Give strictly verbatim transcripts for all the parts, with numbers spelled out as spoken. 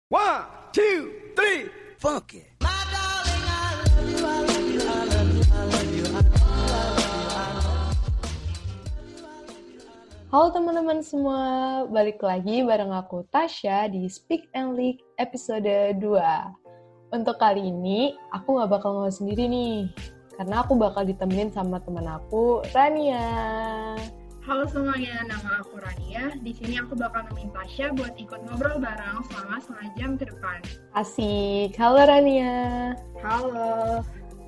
One, two, three, funky. Halo teman-teman semua, balik lagi bareng aku Tasya di Speak and Leak episode dua. Untuk kali ini, aku gak bakal ngomong sendiri nih, karena aku bakal ditemenin sama teman aku, Rania. Halo semuanya, nama aku Rania. Di sini aku bakal nemenin Tasya buat ikut ngobrol bareng selama setengah jam ke depan. Asik, halo Rania. Halo.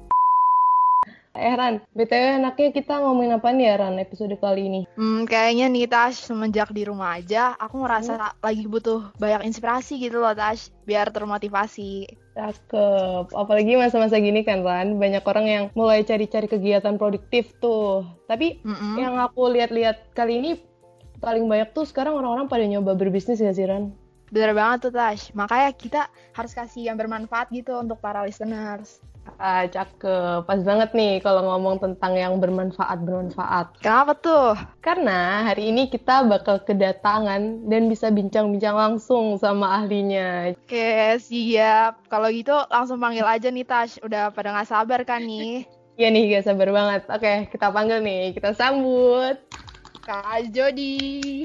Eh Ran, B T W enaknya kita ngomongin apa nih ya Ran episode kali ini? Hmm, kayaknya nih Tash, semenjak di rumah aja, aku ngerasa hmm? lagi butuh banyak inspirasi gitu loh Tash, biar termotivasi. Cakep, apalagi masa-masa gini kan Ran, banyak orang yang mulai cari-cari kegiatan produktif tuh. Tapi Mm-mm. yang aku lihat-lihat kali ini, paling banyak tuh sekarang orang-orang pada nyoba berbisnis ya sih Ran? Bener banget tuh Tash, makanya kita harus kasih yang bermanfaat gitu untuk para listeners. Ah, cakep. Pas banget nih kalau ngomong tentang yang bermanfaat-bermanfaat. Kenapa tuh? Karena hari ini kita bakal kedatangan dan bisa bincang-bincang langsung sama ahlinya. Oke, siap. Kalau gitu langsung panggil aja nih Tash. Udah pada gak sabar kan nih? Iya nih, gak sabar banget. Oke, kita panggil nih. Kita sambut Kak Jody.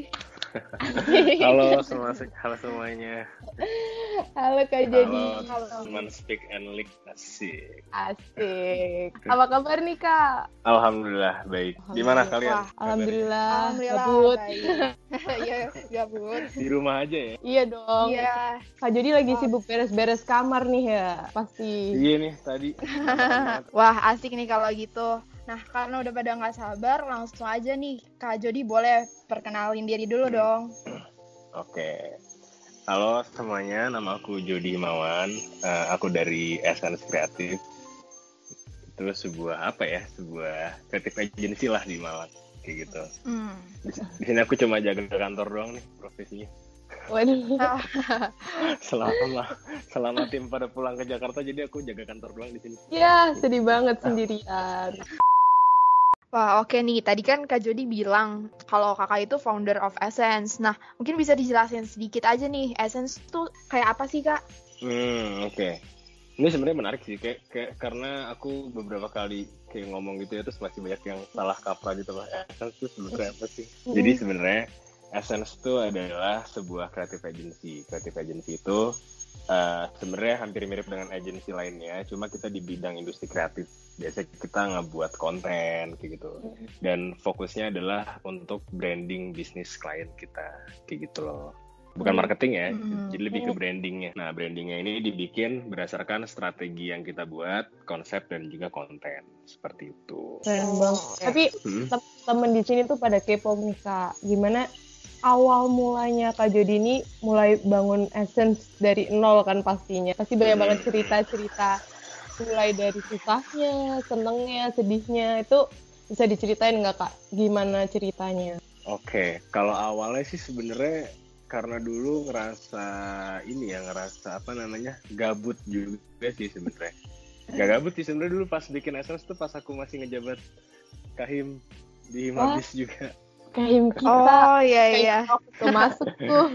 Halo semua, halo semuanya. Halo Kak Jody. Halo teman Speak and Leak. Asik. Asik. Apa kabar nih Kak? Alhamdulillah baik. Gimana kalian? Alhamdulillah. Alhamdulillah. Gabut. Iya, gabut. Di rumah aja ya? Iya dong. Iya. Kak Jody lagi oh. sibuk beres-beres kamar nih ya, pasti. Iya nih tadi. Wah asik nih kalau gitu. Nah, karena udah pada nggak sabar, langsung aja nih, Kak Jody boleh perkenalin diri dulu dong. Oke. Halo semuanya, nama aku Jody Himawan. Uh, aku dari Essence Kreatif. Itu sebuah apa ya, sebuah kreatif agency lah di Malang, kayak gitu. Hmm. Di, di sini aku cuma jaga kantor doang nih, profesinya. Waduh. selama selama tim pada pulang ke Jakarta, jadi aku jaga kantor doang di sini. Ya, sedih banget sendirian. Wah, oke nih. Tadi kan Kak Jody bilang kalau kakak itu founder of Essence. Nah, mungkin bisa dijelasin sedikit aja nih, Essence tuh kayak apa sih, Kak? Hmm, oke. Okay. Ini sebenarnya menarik sih, kayak, kayak karena aku beberapa kali kayak ngomong gitu ya, terus masih banyak yang salah kaprah gitu loh. Essence tuh sebenarnya apa sih? Mm-hmm. Jadi sebenarnya Essence itu adalah sebuah creative agency. Creative agency itu uh, sebenarnya hampir mirip dengan agensi lainnya, cuma kita di bidang industri kreatif. Biasanya kita ngebuat konten kayak gitu. Dan fokusnya adalah untuk branding bisnis klien kita kayak gitu loh. Bukan marketing ya, mm-hmm. jadi lebih ke brandingnya. Nah, brandingnya ini dibikin berdasarkan strategi yang kita buat, konsep dan juga konten seperti itu. Keren banget. Tapi hmm? temen di sini tuh pada kepo nih Kak, gimana awal mulanya Kak Jody ini mulai bangun Essence dari nol kan pastinya. Pasti banyak hmm. banget cerita-cerita, mulai dari susahnya, senengnya, sedihnya, itu bisa diceritain nggak Kak? Gimana ceritanya? Oke, kalau awalnya sih sebenarnya karena dulu ngerasa ini ya, ngerasa apa namanya, gabut juga sih sebenarnya. Gak gabut sih sebenarnya dulu pas bikin Essence tuh pas aku masih ngejabat Kahim di Mabis juga. Kahim kita. Oh iya iya. Waktu masuk tuh.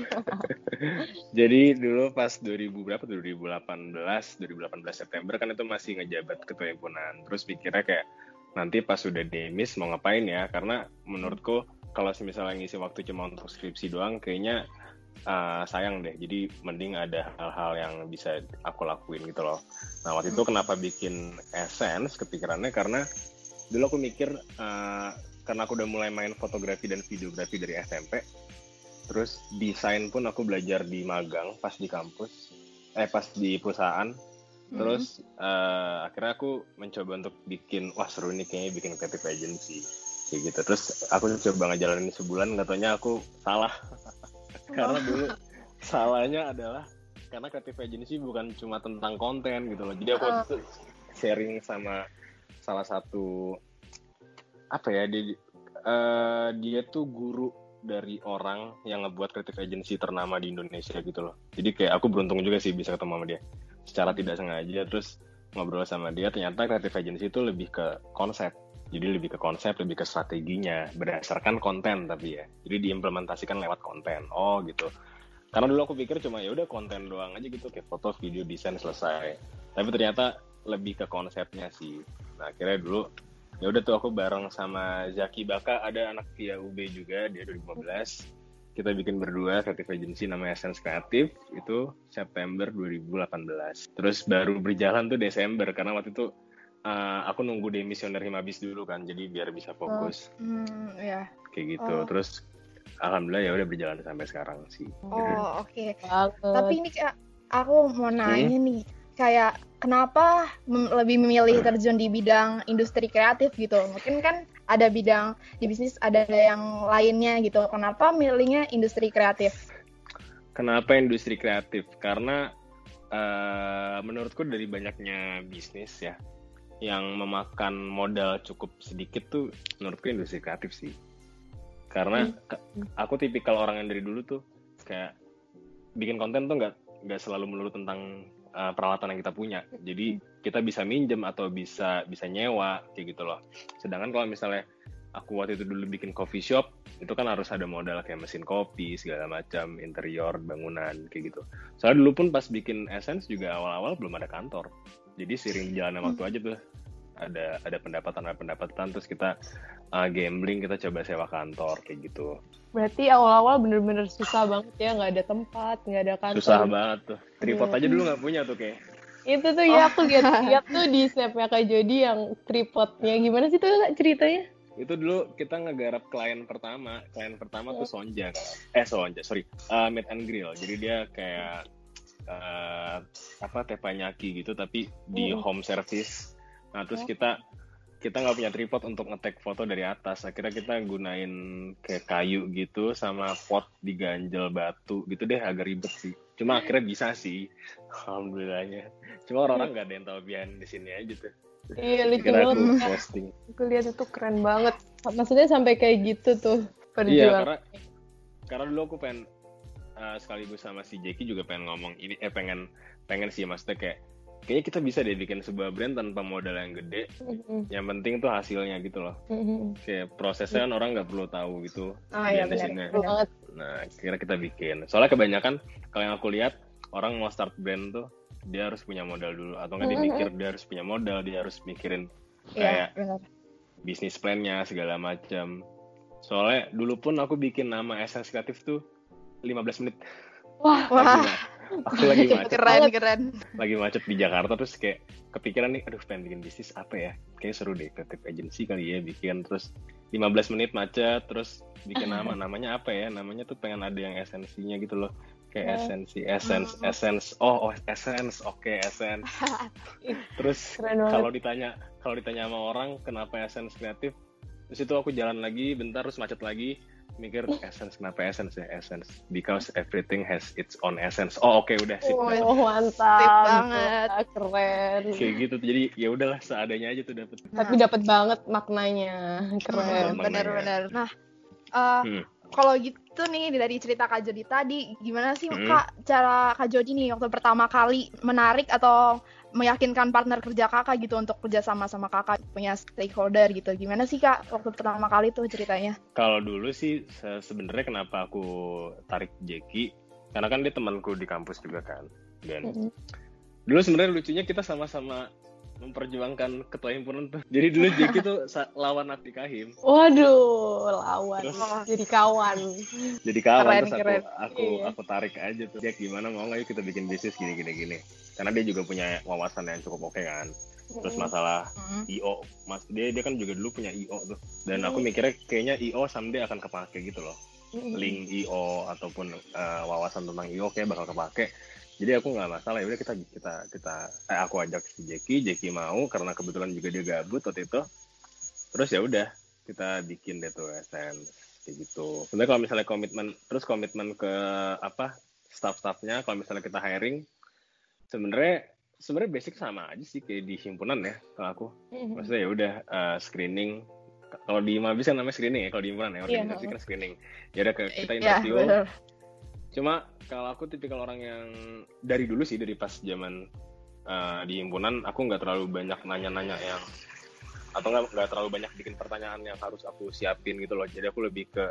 Jadi dulu pas dua ribu berapa tuh? dua ribu delapan belas September kan itu masih ngejabat ketua himpunan. Terus pikirnya kayak nanti pas udah demis mau ngapain ya? Karena menurutku kalau misalnya ngisi waktu cuma untuk skripsi doang kayaknya uh, sayang deh. Jadi mending ada hal-hal yang bisa aku lakuin gitu loh. Nah waktu itu kenapa bikin Essence kepikirannya karena dulu aku mikir uh, karena aku udah mulai main fotografi dan videografi dari S M P. Terus desain pun aku belajar di magang pas di kampus, eh pas di perusahaan. Terus mm-hmm. uh, akhirnya aku mencoba untuk bikin, wah seru nih kayaknya bikin creative agency. Kayak gitu. Terus aku coba ngejalanin sebulan, nggak taunya aku salah. Karena dulu salahnya adalah karena creative agency bukan cuma tentang konten gitu loh. Jadi aku uh. tuh sharing sama salah satu apa ya dia uh, dia tuh guru dari orang yang ngebuat creative agency ternama di Indonesia gitu loh. Jadi kayak aku beruntung juga sih bisa ketemu sama dia secara tidak sengaja. Terus ngobrol sama dia, ternyata creative agency itu lebih ke konsep. Jadi lebih ke konsep, lebih ke strateginya berdasarkan konten tapi ya. Jadi diimplementasikan lewat konten. Oh gitu. Karena dulu aku pikir cuma ya udah konten doang aja gitu, kayak foto, video, desain selesai. Tapi ternyata lebih ke konsepnya sih. Nah akhirnya dulu ya udah tuh aku bareng sama Zaki Baka, ada anak via U B juga, dia dua ribu lima belas. Kita bikin berdua creative agency namanya Essence Creative, itu September dua ribu delapan belas. Terus baru berjalan tuh Desember, karena waktu itu uh, aku nunggu demisioner Himabis dulu kan, jadi biar bisa fokus. Oh, hmm, ya. Kayak gitu. Oh. Terus alhamdulillah ya udah berjalan sampai sekarang sih. Oh, oke. Okay. Banget. Tapi ini Kak, aku mau nanya hmm? nih, kayak kenapa mem- lebih memilih terjun di bidang industri kreatif gitu? Mungkin kan ada bidang di bisnis, ada yang lainnya gitu. Kenapa milihnya industri kreatif? Kenapa industri kreatif? Karena uh, menurutku dari banyaknya bisnis ya, yang memakan modal cukup sedikit tuh menurutku industri kreatif sih. Karena hmm. aku tipikal orang yang dari dulu tuh kayak bikin konten tuh nggak nggak selalu melulu tentang uh, peralatan yang kita punya. Jadi kita bisa minjem atau bisa bisa nyewa kayak gitu loh. Sedangkan kalau misalnya aku waktu itu dulu bikin coffee shop, itu kan harus ada modal kayak mesin kopi segala macam, interior, bangunan kayak gitu. Soalnya dulu pun pas bikin Essence juga awal-awal belum ada kantor. Jadi seiring jalannya waktu aja tuh ada ada pendapatan ada pendapatan terus kita uh, gambling, kita coba sewa kantor kayak gitu. Berarti awal-awal bener-bener susah banget ya, nggak ada tempat, nggak ada kantor. Susah banget tuh. Tripod yeah. aja dulu nggak punya tuh kayak. Itu tuh oh. ya aku lihat-lihat tuh di snapnya Kak Jody yang tripodnya. Gimana sih tuh ceritanya? Itu dulu kita ngegarap klien pertama. Klien pertama tuh Sonjak. Eh Sonjak, sorry. Uh, Meat and Grill. Jadi dia kayak uh, apa teppanyaki gitu tapi di mm. home service. Nah terus kita kita nggak punya tripod untuk nge-take foto dari atas. Akhirnya kita gunain kayak kayu gitu sama pot diganjel batu gitu deh, agak ribet sih. Cuma akhirnya bisa sih, alhamdulillahnya. Cuma orang-orang nggak ada yang tahu behind di sini aja tuh. Iya lucu banget. Aku posting. Aku lihat itu keren banget. Maksudnya sampai kayak gitu tuh perjuangan. Iya karena karena dulu aku pengen uh, sekaligus sama si Jeki juga pengen ngomong ini, eh pengen pengen sih maksudnya kayak kayaknya kita bisa deh bikin sebuah brand tanpa modal yang gede. Mm-hmm. Yang penting tuh hasilnya gitu loh. Mm-hmm. Kayak prosesnya kan orang nggak perlu tahu gitu. Oh iya benar. Nah, kira kita bikin. Soalnya kebanyakan kalau yang aku lihat orang mau start brand tuh dia harus punya modal dulu atau nggak dia mikir dia harus punya modal, dia harus mikirin kayak yeah, bisnis plan-nya segala macam. Soalnya dulu pun aku bikin nama Essence Creative tuh lima belas menit. Wah, wah. Aku lagi macet. Keren, keren. Lagi macet di Jakarta terus kayak kepikiran nih, aduh pengen bikin bisnis apa ya? Kayaknya seru deh, creative agency kali ya bikin. Terus lima belas menit macet, terus bikin nama. Namanya apa ya? Namanya tuh pengen ada yang esensinya gitu loh. Kayak esensi, essence, essence. Oh, oh essence. Oke, okay, essence. Terus kalau ditanya, kalau ditanya sama orang kenapa Essence kreatif? Terus itu aku jalan lagi, bentar terus macet lagi. Mikir essence, kenapa essence ya? Essence because everything has its own essence. Oh oke okay, udah sip. Oh mantap, sip banget, keren. Kayak gitu, jadi ya udahlah seadanya aja tuh dapet. Nah. Tapi dapat banget maknanya, keren. Benar-benar. Nah, uh, hmm. kalau gitu nih dari cerita Kak Jody tadi, gimana sih hmm. Kak cara Kak Jody nih waktu pertama kali menarik atau meyakinkan partner kerja kakak gitu untuk kerja sama sama kakak punya stakeholder gitu, gimana sih Kak waktu pertama kali tuh ceritanya? Kalau dulu sih se- sebenarnya kenapa aku tarik Jeki karena kan dia temanku di kampus juga kan, dan mm-hmm. dulu sebenarnya lucunya kita sama-sama memperjuangkan ketua himpunan tuh. Jadi dulu Jeki tuh lawan Abdi Kahim. Waduh, lawan. Terus, jadi kawan. Jadi kawan keren, terus aku keren. aku iya. aku tarik aja tuh. Jack gimana mau nggak yuk kita bikin bisnis gini gini gini. Karena dia juga punya wawasan yang cukup oke kan. Terus masalah mm-hmm. I O, Mas dia dia kan juga dulu punya I O tuh. Dan mm-hmm. aku mikirnya kayaknya I O someday akan kepake gitu loh. Mm-hmm. Link I O ataupun uh, wawasan tentang I O kayak bakal kepake. Jadi aku nggak masalah, ya udah kita kita kita eh, aku ajak si Jeki, Jeki mau karena kebetulan juga dia gabut waktu itu. Terus ya udah kita bikin deh tuh Essence kayak gitu. Sebenarnya kalau misalnya komitmen, terus komitmen ke apa staff-staffnya, kalau misalnya kita hiring, sebenarnya sebenarnya basic sama aja sih kayak di himpunan ya kalau aku. Maksudnya ya udah uh, screening. Kalau di Mabis kan namanya screening ya, kalau di himpunan ya organisasi yeah. kan screening. Ya udah kita interview. Yeah, cuma kalau aku tipikal orang yang dari dulu sih, dari pas zaman uh, di himpunan aku nggak terlalu banyak nanya-nanya yang atau nggak nggak terlalu banyak bikin pertanyaan yang harus aku siapin gitu loh. Jadi aku lebih ke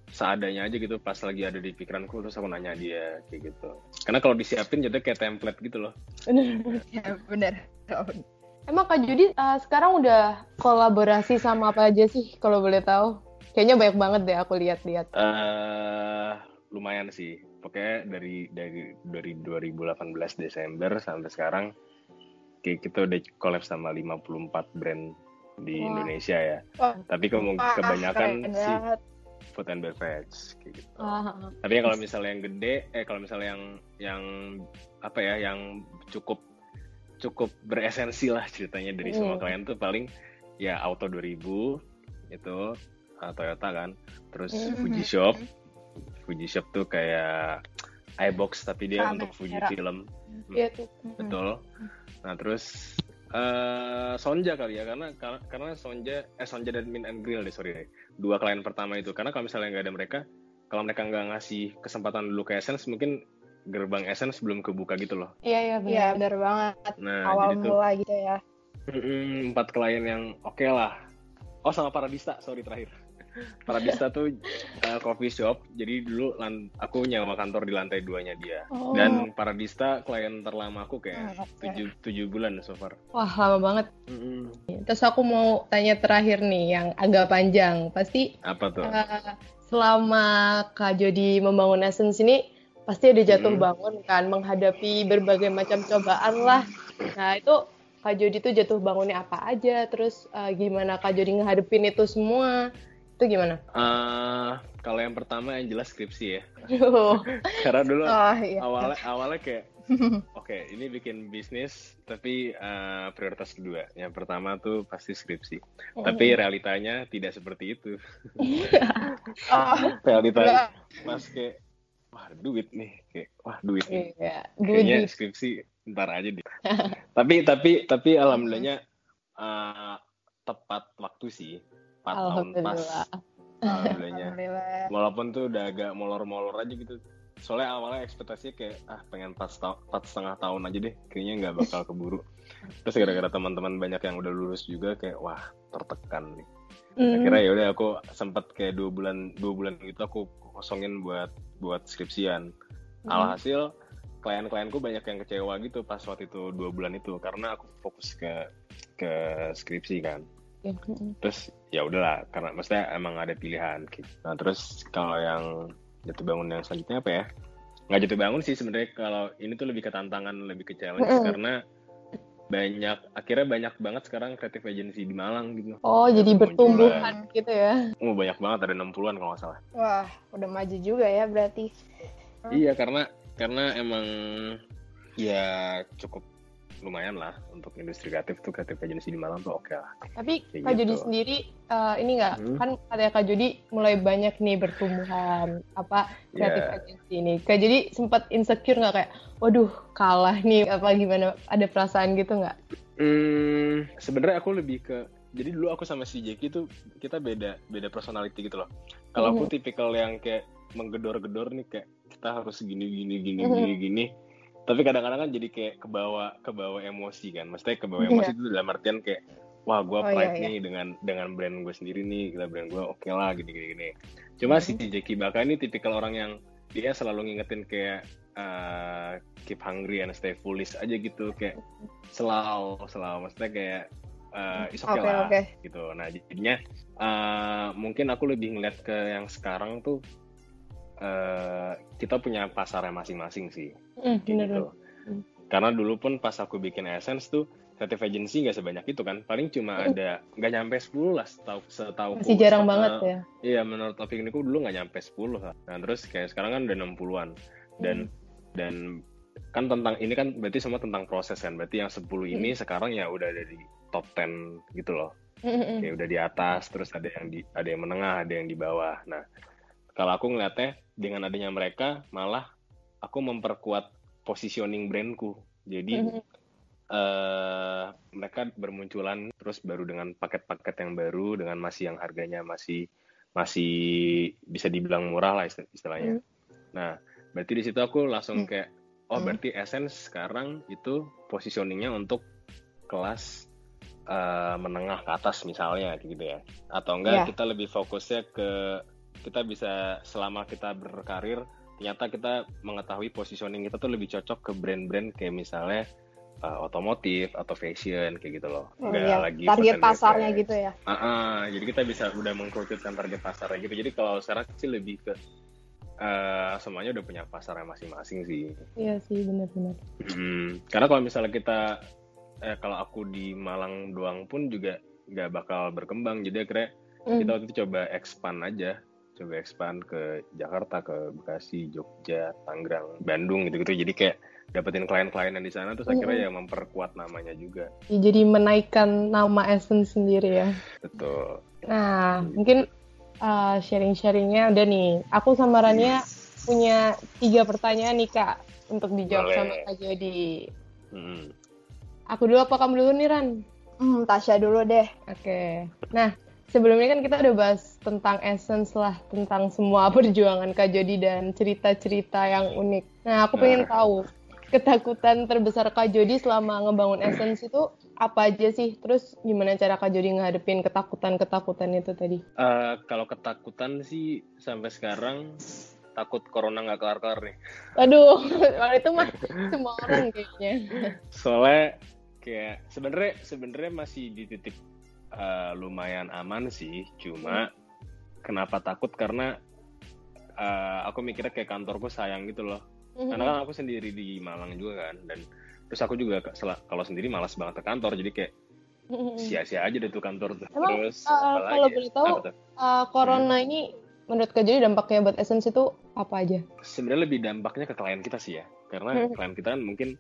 seadanya aja gitu pas lagi ada di pikiranku, terus aku nanya dia kayak gitu. Karena kalau disiapin jadi kayak template gitu loh. Ya bener. Emang Kak Jody uh, sekarang udah kolaborasi sama apa aja sih kalau boleh tahu? Kayaknya banyak banget deh aku lihat-lihat. Uh, lumayan sih. Pokoknya dari dari dari dua ribu delapan belas Desember sampai sekarang kayak kita udah collab sama lima puluh empat brand di Wah. Indonesia ya. Wah. Tapi ke- kebanyakan sih food and beverage kayak gitu. Uh, Tapi kalau misalnya yang gede, eh kalau misalnya yang yang apa ya, yang cukup cukup beresensi lah ceritanya dari uh. semua klien tuh paling ya Auto dua ribu itu uh, Toyota kan, terus uh. Fuji Shop, Fuji Shop tuh kayak iBox tapi dia Sama, untuk Fuji Film, Iya tuh. Betul. Nah terus Uh, Sonja kali ya, karena karena, karena Sonja eh Sonja dan Min and Grill deh sorry deh dua klien pertama itu, karena kalau misalnya nggak ada mereka, kalau mereka nggak ngasih kesempatan dulu ke Essence, mungkin gerbang Essence belum kebuka gitu loh. Iya iya benar, ya, benar banget. Nah, awal jadi mulai gitu ya. Empat klien yang oke okay lah. Oh sama Paradista, sorry terakhir. Paradista tuh uh, coffee shop. Jadi dulu lan- aku nyewa kantor di lantai duanya dia. Oh. Dan Paradista klien terlama aku kayak tujuh tujuh bulan so far. Wah lama banget. Mm-hmm. Terus aku mau tanya terakhir nih yang agak panjang. Pasti apa tuh? Uh, selama Kak Jody membangun Essence ini pasti ada jatuh mm-hmm. bangun kan, menghadapi berbagai macam cobaan lah. Nah itu Kak Jody tuh jatuh bangunnya apa aja? Terus uh, gimana Kak Jody ngehadepin itu semua? Itu gimana? Uh, kalau yang pertama yang jelas skripsi ya. Karena dulu oh, iya. awalnya awalnya kayak oke okay, ini bikin bisnis tapi uh, prioritas kedua. Yang pertama tuh pasti skripsi. Oh. Tapi realitanya tidak seperti itu. oh. Realitanya pas kayak wah duit nih, kayak wah duit nih. Iya, kayaknya duit. Skripsi ntar aja deh. tapi tapi tapi alhamdulillahnya uh, tepat waktu sih. empat tahun pas alhamdulillahnya. Walaupun tuh udah agak molor-molor aja gitu. Soalnya awalnya ekspektasinya kayak ah pengen empat setengah tahun aja deh, kayaknya nggak bakal keburu. Terus gara-gara teman-teman banyak yang udah lulus juga kayak wah tertekan nih. Mm. Akhirnya ya udah aku sempat kayak dua bulan dua bulan gitu aku kosongin buat buat skripsian. Mm. Alhasil klien-klienku banyak yang kecewa gitu pas waktu itu dua bulan itu karena aku fokus ke ke skripsi kan. Terus ya udahlah karena maksudnya emang ada pilihan gitu. Nah terus kalau yang jatuh bangun yang selanjutnya apa ya, nggak jatuh bangun sih sebenarnya, kalau ini tuh lebih ke tantangan, lebih ke challenge mm. karena banyak akhirnya banyak banget sekarang creative agency di Malang gitu. Oh jadi bertumbuhan gitu ya. Oh banyak banget, ada enam puluhan kalau nggak salah. Wah udah maju juga ya berarti. Iya karena karena emang ya cukup lumayan lah untuk industri kreatif tuh, kreatif agency di Malang tuh oke okay lah. Tapi kayak Kak Jody gitu. Sendiri uh, ini nggak hmm? kan katanya Kak Jody mulai banyak nih bertumbuhan apa kreatif yeah. agency ini. Kak Jody sempat insecure nggak kayak waduh kalah nih apa gimana, ada perasaan gitu nggak? Hmm, sebenarnya aku lebih ke jadi dulu aku sama si Jackie tuh kita beda beda personality gitu loh. Kalau mm-hmm. aku tipikal yang kayak menggedor-gedor nih kayak kita harus gini gini gini mm-hmm. gini gini. Tapi kadang-kadang kan jadi kayak kebawa kebawa emosi kan, maksudnya kebawa emosi itu yeah. dalam artian kayak wah gue pride oh, iya, nih iya. dengan dengan brand gue sendiri nih, kita brand gue oke okay lah gini gini gini. Cuma mm-hmm. si Jackie Baka ini tipikal orang yang dia selalu ngingetin kayak uh, keep hungry and stay foolish aja gitu, kayak selalu selalu maksudnya kayak uh, is okay, okay lah okay. gitu. Nah jadinya uh, mungkin aku lebih ngeliat ke yang sekarang tuh uh, kita punya pasarnya masing-masing sih. Mm, gitu. Mm. Karena dulu pun pas aku bikin Essence tuh creative agency nggak sebanyak itu kan, paling cuma mm. ada nggak nyampe sepuluh lah setahu setahu masih jarang uh, banget ya. Iya menurut opiniku dulu nggak nyampe sepuluh lah. Nah terus kayak sekarang kan udah enam puluhan dan mm. dan kan tentang ini kan berarti semua tentang proses kan, berarti yang sepuluh mm. ini sekarang ya udah ada di top sepuluh gitu loh. Mm-hmm. Kayak udah di atas, terus ada yang di ada yang menengah, ada yang di bawah. Nah kalau aku ngeliatnya dengan adanya mereka malah aku memperkuat positioning brandku. Jadi mm-hmm. uh, mereka bermunculan terus baru dengan paket-paket yang baru, dengan masih yang harganya masih masih bisa dibilang murah lah istilahnya. Mm-hmm. Nah, berarti di situ aku langsung kayak oh berarti Essence sekarang itu positioningnya untuk kelas uh, menengah ke atas misalnya gitu ya. Atau enggak yeah. kita lebih fokusnya ke kita bisa selama kita berkarir ternyata kita mengetahui positioning kita tuh lebih cocok ke brand-brand kayak misalnya uh, otomotif atau fashion kayak gitu loh. Oh, Nggak iya. lagi Target food and pasarnya beverage. gitu ya. Uh-uh, jadi kita bisa udah mengkerucutkan target pasarnya gitu. Jadi kalau sekarang sih lebih ke uh, semuanya udah punya pasarnya masing-masing sih. Iya sih, benar-benar. Hmm, karena kalau misalnya kita eh, kalau aku di Malang doang pun juga nggak bakal berkembang. Jadi akhirnya Mm. kita waktu itu coba expand aja. Coba expand ke Jakarta, ke Bekasi, Jogja, Tangerang, Bandung gitu-gitu. Jadi kayak dapetin klien-klien yang di sana terus akhirnya ya memperkuat namanya juga. Ya, jadi menaikkan nama Essence sendiri ya. Betul. Nah, mungkin uh, sharing-sharingnya udah nih. Aku sama Rania punya tiga pertanyaan nih Kak untuk dijawab Boleh. sama Kak Jody. Hmm. Aku dulu apa kamu dulu nih Ran? Hmm, Tasya dulu deh. Oke. Nah, sebelumnya kan kita udah bahas tentang Essence lah, tentang semua perjuangan Kak Jody dan cerita-cerita yang unik. Nah, aku pengen tahu ketakutan terbesar Kak Jody selama ngebangun Essence itu apa aja sih? Terus gimana cara Kak Jody ngadepin ketakutan-ketakutan itu tadi? Uh, kalau ketakutan sih sampai sekarang takut corona nggak kelar-kelar nih. Aduh, kalau itu mah semua orang kayaknya. Soalnya kayak sebenarnya sebenarnya masih di titik uh, lumayan aman sih, cuma kenapa takut karena uh, aku mikirnya kayak kantorku sayang gitu loh. Karena kan aku sendiri di Malang juga kan, dan terus aku juga kalau sendiri malas banget ke kantor, jadi kayak sia-sia aja deh tuh kantor tuh. Emang Terus uh, kalau boleh tahu uh, corona hmm. ini menurut Kak Jody dampaknya buat Essence itu apa aja? Sebenarnya lebih dampaknya ke klien kita sih ya, karena hmm. klien kita kan mungkin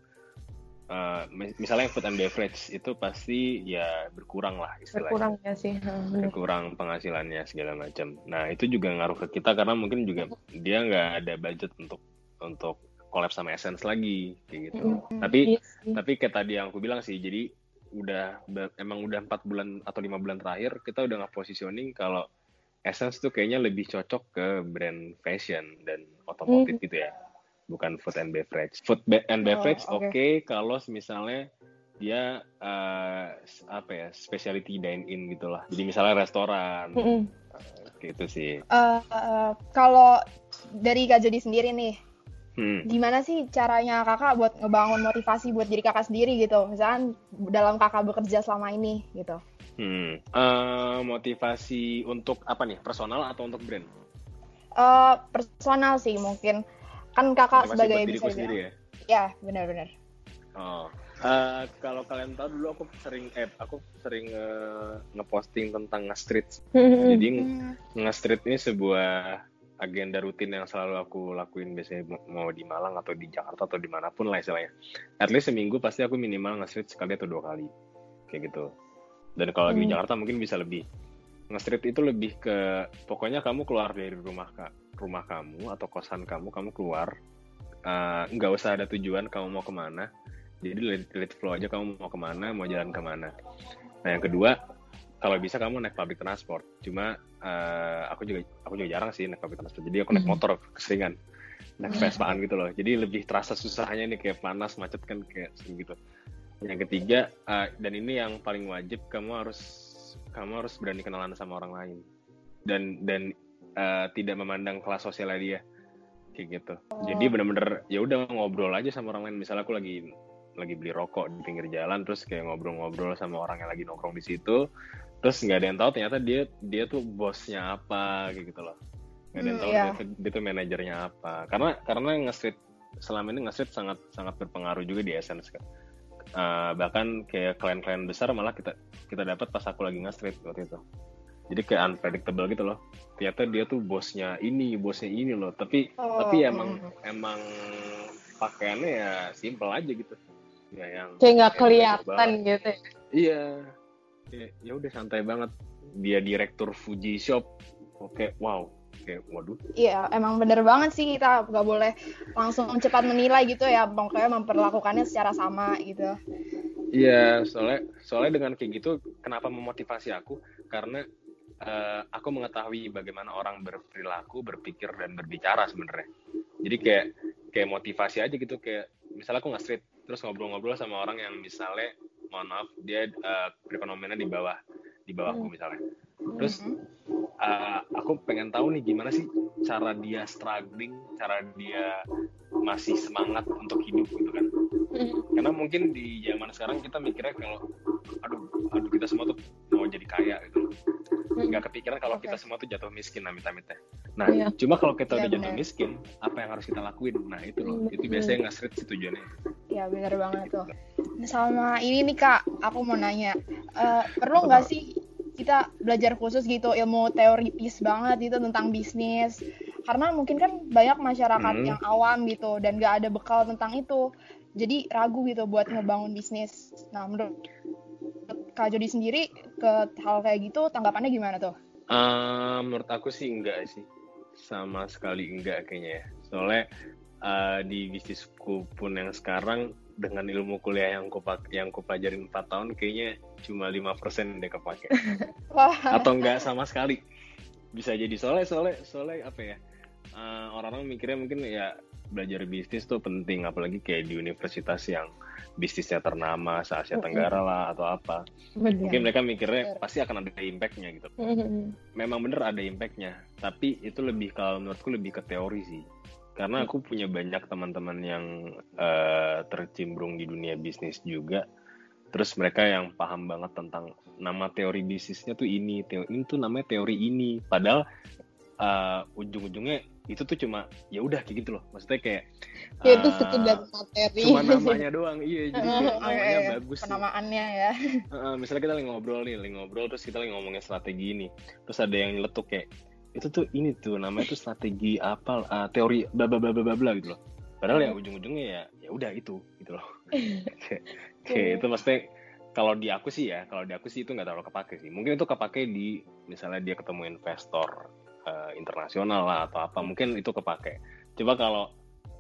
uh, misalnya food and beverage itu pasti ya berkurang lah istilahnya. Berkurang ya sih. Hmm. Berkurang penghasilannya segala macam. Nah itu juga ngaruh ke kita karena mungkin juga dia nggak ada budget untuk untuk collab sama Essence lagi kayak gitu. Mm-hmm. Tapi yes. tapi kayak tadi yang aku bilang sih, jadi udah emang udah empat bulan atau lima bulan terakhir kita udah nge-positioning kalau Essence tuh kayaknya lebih cocok ke brand fashion dan otomotif mm-hmm. gitu ya. Bukan food and beverage. Food and beverage oh, oke okay. okay, kalau misalnya dia uh, apa ya, specialty dine in gitulah. Jadi misalnya restoran. Mm-hmm. Uh, gitu sih. Uh, uh, kalau dari Kak Jody sendiri nih, Hmm. gimana sih caranya kakak buat ngebangun motivasi buat diri kakak sendiri gitu, misalkan dalam kakak bekerja selama ini gitu? Hmm. Uh, motivasi untuk apa nih, personal atau untuk brand? Uh, personal sih mungkin, kan kakak motivasi sebagai buat diriku sendiri ya? Ya benar-benar. Oh, uh, kalau kalian tahu dulu aku sering eh aku sering uh, ngeposting tentang nge-street. Jadi nge-street ini sebuah agenda rutin yang selalu aku lakuin biasanya mau di Malang atau di Jakarta atau dimanapun lah istilahnya. At least seminggu pasti aku minimal nge-street sekali atau dua kali kayak gitu. Dan kalau lagi hmm. di Jakarta mungkin bisa lebih. Nge-street itu lebih ke pokoknya kamu keluar dari rumah rumah kamu atau kosan kamu, kamu keluar nggak uh, usah ada tujuan kamu mau kemana. Jadi let, let flow aja kamu mau kemana, mau jalan kemana. Nah yang kedua, kalau bisa kamu naik public transport. Cuma uh, aku juga aku juga jarang sih naik public transport. Jadi aku naik motor keseringan, naik Vespaan gitu loh. Jadi lebih terasa susahnya nih, kayak panas, macet kan kayak sering gitu. Yang ketiga, uh, dan ini yang paling wajib, kamu harus kamu harus berani kenalan sama orang lain. Dan dan uh, tidak memandang kelas sosialnya dia kayak gitu. Jadi benar-benar ya udah ngobrol aja sama orang lain. Misalnya aku lagi lagi beli rokok di pinggir jalan, terus kayak ngobrol-ngobrol sama orang yang lagi nongkrong di situ. Terus nggak ada yang tahu ternyata dia dia tuh bosnya apa kayak gitu loh. Nggak ada yang tahu hmm, yeah. dia, dia tuh manajernya apa. Karena karena nge-street selama ini nge-street sangat sangat berpengaruh juga di Essence kan. Uh, bahkan kayak klien-klien besar malah kita kita dapat pas aku lagi nge-street waktu itu. Jadi kayak unpredictable gitu loh. Ternyata dia tuh bosnya ini, bosnya ini loh. Tapi oh. tapi emang emang pakaiannya ya simple aja gitu. Ya yang kayak nggak kelihatan gitu. Iya. Ya udah santai banget. Dia direktur Fuji Shop. Oke, wow. Oke, waduh. Iya, emang bener banget sih, kita nggak boleh langsung cepat menilai gitu ya. Pokoknya memperlakukannya secara sama gitu. Iya, soalnya soalnya dengan kayak gitu, kenapa memotivasi aku? Karena uh, aku mengetahui bagaimana orang berperilaku, berpikir dan berbicara sebenarnya. Jadi kayak kayak motivasi aja gitu, kayak misalnya aku nge-street terus ngobrol-ngobrol sama orang yang misalnya mohon maaf dia uh, perekonomiannya di bawah di bawahku misalnya. Terus uh, aku pengen tahu nih gimana sih cara dia struggling, cara dia masih semangat untuk hidup gitu kan. Karena mungkin di zaman sekarang kita mikirnya kalau aduh, aduh kita semua tuh mau jadi kaya gitu. Nggak kepikiran kalau okay. kita semua tuh jatuh miskin amit-amitnya. Nah, yeah. cuma kalau kita yeah, udah bener. jatuh miskin, apa yang harus kita lakuin? Nah, itu loh. Itu biasanya nge-street sih tujuannya. Ya, benar banget tuh. Sama ini nih Kak, aku mau nanya. Uh, perlu nggak sih kita belajar khusus gitu, ilmu teoritis banget gitu tentang bisnis? Karena mungkin kan banyak masyarakat hmm. yang awam gitu, dan nggak ada bekal tentang itu. Jadi ragu gitu buat ngebangun bisnis. Nah, menurut Kak Jody sendiri ke hal kayak gitu tanggapannya gimana tuh? Uh, menurut aku sih enggak sih, sama sekali enggak kayaknya ya. Soalnya uh, di bisnisku pun yang sekarang dengan ilmu kuliah yang ku yang ku pelajarin empat tahun kayaknya cuma lima persen deh kepake. Atau enggak sama sekali. Bisa jadi soalnya soalnya soalnya apa ya? Uh, orang-orang mikirnya mungkin ya belajar bisnis tuh penting, apalagi kayak di universitas yang bisnisnya ternama se-Asia Tenggara lah atau apa. Bener. Mungkin mereka mikirnya bener. Pasti akan ada impact-nya gitu. Memang bener ada impact-nya, tapi itu lebih, kalau menurutku lebih ke teori sih. Karena aku punya banyak teman-teman yang uh, tercimbrung di dunia bisnis juga. Terus mereka yang paham banget tentang nama teori bisnisnya tuh ini, teori ini tuh namanya teori ini. Padahal uh, ujung-ujungnya itu tuh cuma ya udah kayak gitu loh, maksudnya kayak ya, uh, itu sekedar materi, cuma namanya doang. Iya, jadi kayak namanya okay, bagus penamaannya ya. Uh, misalnya kita lagi ngobrol nih, lagi ngobrol terus kita lagi ngomongin strategi ini, terus ada yang nyeletuk kayak itu tuh ini tuh namanya tuh strategi apa, uh, teori bla bla bla bla bla gitu loh. Padahal yang ujung-ujungnya ya ya udah itu gitu loh. kayak, kayak itu maksudnya kalau di aku sih ya, kalau di aku sih itu nggak terlalu kepake sih. Mungkin itu kepake di misalnya dia ketemu investor Uh, internasional lah atau apa, mungkin itu kepake. Coba kalau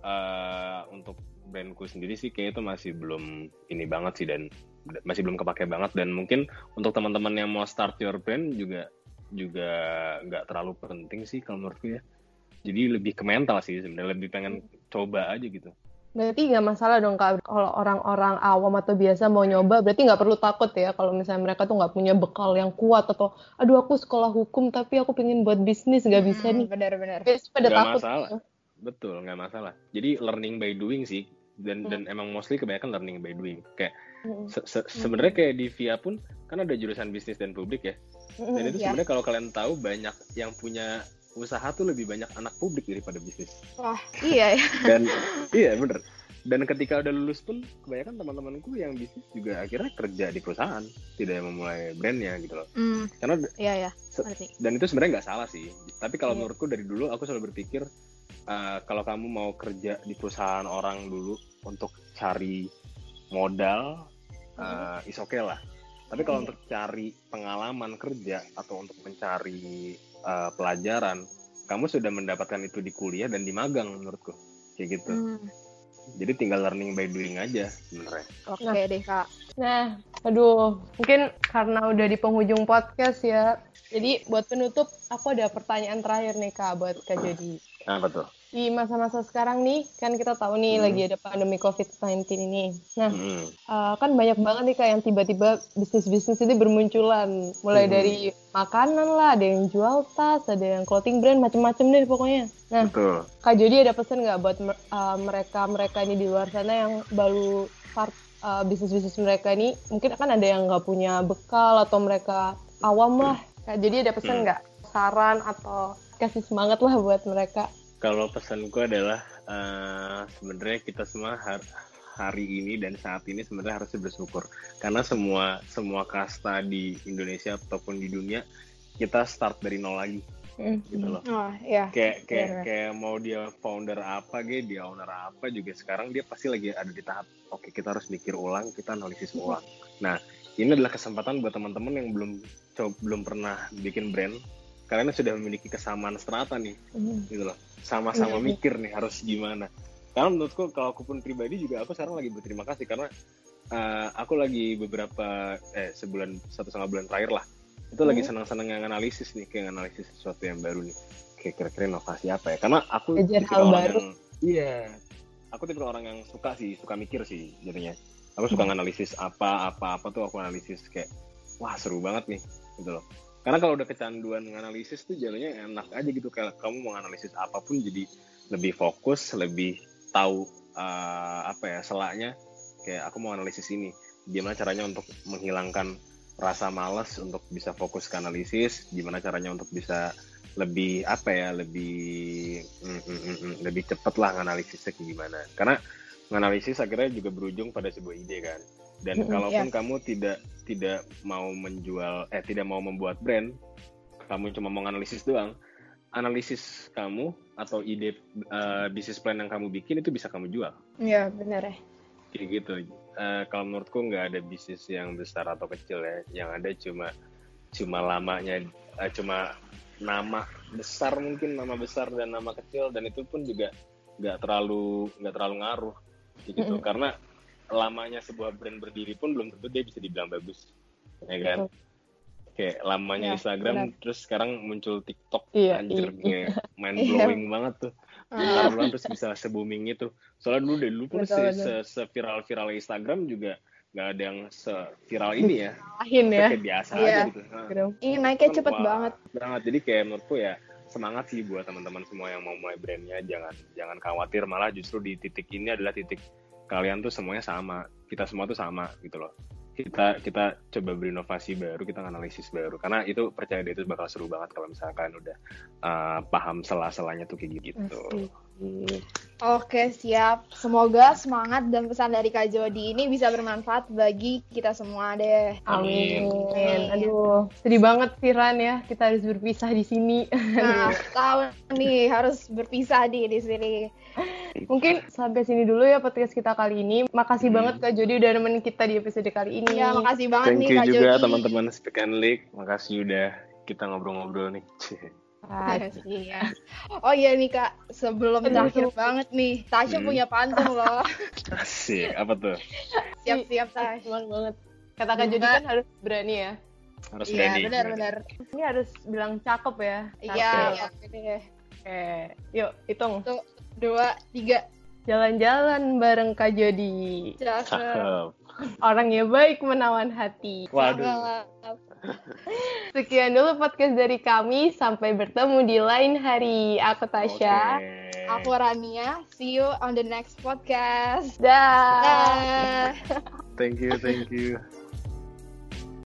uh, untuk brandku sendiri sih kayak itu masih belum ini banget sih, dan masih belum kepake banget. Dan mungkin untuk teman-teman yang mau start your brand juga juga nggak terlalu penting sih kalau menurutku ya. Jadi lebih ke mental sih sebenarnya, lebih pengen coba aja gitu. Berarti nggak masalah dong Kak, kalau orang-orang awam atau biasa mau nyoba, berarti nggak perlu takut ya kalau misalnya mereka tuh nggak punya bekal yang kuat, atau aduh aku sekolah hukum tapi aku pengen buat bisnis nggak bisa nih. Benar-benar. Pada nggak takut. Masalah, betul nggak masalah. Jadi learning by doing sih, dan hmm. dan emang mostly kebanyakan learning by doing. Kayak se- se- sebenarnya kayak di V I A pun kan ada jurusan bisnis dan publik ya. Dan itu sebenarnya yeah. kalau kalian tahu banyak yang punya usaha tuh lebih banyak anak publik daripada bisnis. Wah, iya ya. Dan iya bener. Dan ketika udah lulus pun kebanyakan teman-temanku yang bisnis juga akhirnya kerja di perusahaan, tidak memulai brandnya gitu loh. Mm. Karena iya ya. Se- dan itu sebenarnya nggak salah sih. Tapi kalau yeah. menurutku dari dulu aku selalu berpikir uh, kalau kamu mau kerja di perusahaan orang dulu untuk cari modal, uh, is okay lah. Tapi kalau untuk cari pengalaman kerja atau untuk mencari uh, pelajaran, kamu sudah mendapatkan itu di kuliah dan di magang menurutku, kayak gitu. Hmm. Jadi tinggal learning by doing aja sebenarnya. Oke okay, deh Kak. Nah, aduh, mungkin karena udah di penghujung podcast ya. Jadi buat penutup, aku ada pertanyaan terakhir nih Kak buat Kak Jody. Nah, betul. Di masa-masa sekarang nih, kan kita tahu nih hmm. lagi ada pandemi covid sembilan belas ini. Nah, hmm. uh, kan banyak banget nih Kak yang tiba-tiba bisnis-bisnis ini bermunculan. Mulai hmm. dari makanan lah, ada yang jual tas, ada yang clothing brand, macem-macem deh pokoknya. Nah, betul. Kak Jody ada pesan nggak buat uh, mereka-mereka ini di luar sana yang baru start uh, bisnis-bisnis mereka ini? Mungkin kan ada yang nggak punya bekal atau mereka awam lah. Kak Jody ada pesan nggak? Hmm. Saran atau kasih semangat lah buat mereka? Kalau pesanku adalah uh, sebenarnya kita semua har- hari ini dan saat ini sebenarnya harus bersyukur karena semua semua kasta di Indonesia ataupun di dunia kita start dari nol lagi, mm-hmm. gitu loh. Oh, yeah. Kayak kayak yeah. kayak mau dia founder apa, gitu, dia owner apa juga sekarang dia pasti lagi ada di tahap oke okay, kita harus mikir ulang, kita analisis mm-hmm. ulang. Nah ini adalah kesempatan buat teman-teman yang belum coba, belum pernah bikin brand. Kalian sudah memiliki kesamaan strata nih, mm. gitu loh. Sama-sama mm. mikir nih harus gimana. Karena menurutku kalau aku pun pribadi juga aku sekarang lagi berterima kasih karena uh, aku lagi beberapa eh sebulan satu setengah bulan terakhir lah itu mm. lagi senang-senang yang analisis nih, kayak analisis sesuatu yang baru nih, kayak kira-kira inovasi apa ya. Karena aku tipikal orang baru. yang iya, aku tipikal orang yang suka sih, suka mikir sih jadinya. Aku suka mm. nganalisis apa-apa-apa tuh aku analisis kayak wah seru banget nih, gitu loh. Karena kalau udah kecanduan menganalisis tuh jadinya enak aja gitu, kayak kamu mau analisis apapun jadi lebih fokus, lebih tahu uh, apa ya selaknya. Kayak aku mau analisis ini, gimana caranya untuk menghilangkan rasa malas untuk bisa fokus ke analisis, gimana caranya untuk bisa lebih apa ya, lebih mm, mm, mm, mm, lebih cepet lah nganalisisnya kayak gimana. Karena nganalisis akhirnya juga berujung pada sebuah ide kan. Dan Mm-mm, kalaupun yeah. kamu tidak tidak mau menjual, eh tidak mau membuat brand, kamu cuma mau analisis doang, analisis kamu atau ide uh, bisnis plan yang kamu bikin itu bisa kamu jual. Iya, benar ya. Kayak gitu. Uh, kalau menurutku nggak ada bisnis yang besar atau kecil ya. Yang ada cuma cuma lamanya, uh, cuma nama besar mungkin, nama besar dan nama kecil, dan itu pun juga nggak terlalu nggak terlalu ngaruh gitu. Mm-mm. Karena lamanya sebuah brand berdiri pun belum tentu dia bisa dibilang bagus, ya kan? Kayak lamanya Ya, Instagram, benar. terus sekarang muncul TikTok, Iya, anjir, iya. mind blowing banget tuh. Ah. Taruhan terus bisa se-booming itu. Soalnya dulu deh, dulu pun Betul, se- betul. se- se-viral-viral Instagram juga nggak ada yang se-viral ini ya. Ahin Itu ya. kayak biasa Iya. aja gitu. Nah, Gitu. Ih, naiknya kan, cepet wah, banget. banget. Jadi kayak menurutku ya semangat sih buat teman-teman semua yang mau mulai brandnya. Jangan jangan khawatir, malah justru di titik ini adalah titik kalian tuh semuanya sama. Kita semua tuh sama gitu loh. Kita kita coba berinovasi baru, kita analisis baru. Karena itu percaya deh itu bakal seru banget kalau misalkan udah uh, paham sela-selanya tuh kayak gitu. Asik. Oke, siap. Semoga semangat dan pesan dari Kak Jody ini bisa bermanfaat bagi kita semua deh. Amin. Amin. Aduh, sedih banget sih Ran ya. Kita harus berpisah di sini. Nah, tahu nih harus berpisah di di sini. Mungkin sampai sini dulu ya podcast kita kali ini. Makasih Hmm. banget Kak Jody udah nemenin kita di episode kali ini. Ya, makasih banget Thank nih you Kak juga Jody. teman-teman Speak and Leak. Makasih udah kita ngobrol-ngobrol nih. Asik. Iya. Oh iya nih Kak, sebelum Bener, terakhir tuh. banget nih, Tasya Hmm. punya pantun loh. Asik, apa tuh? Siap-siap Tasya. Semangat banget. Kata Kak Jody kan harus berani ya. Harus Iya, berani. benar-benar. Ini harus bilang cakep ya. Iya, Cakep. iya, bener. Oke, yuk hitung. Satu, dua, tiga. Jalan-jalan bareng Kak Jody. Cakep. Cakep. Orangnya baik menawan hati. Waduh. Sekian dulu podcast dari kami. Sampai bertemu di lain hari. Aku Tasya. Oke. Aku Rania. See you on the next podcast. Dah. Dah. Thank you, thank you.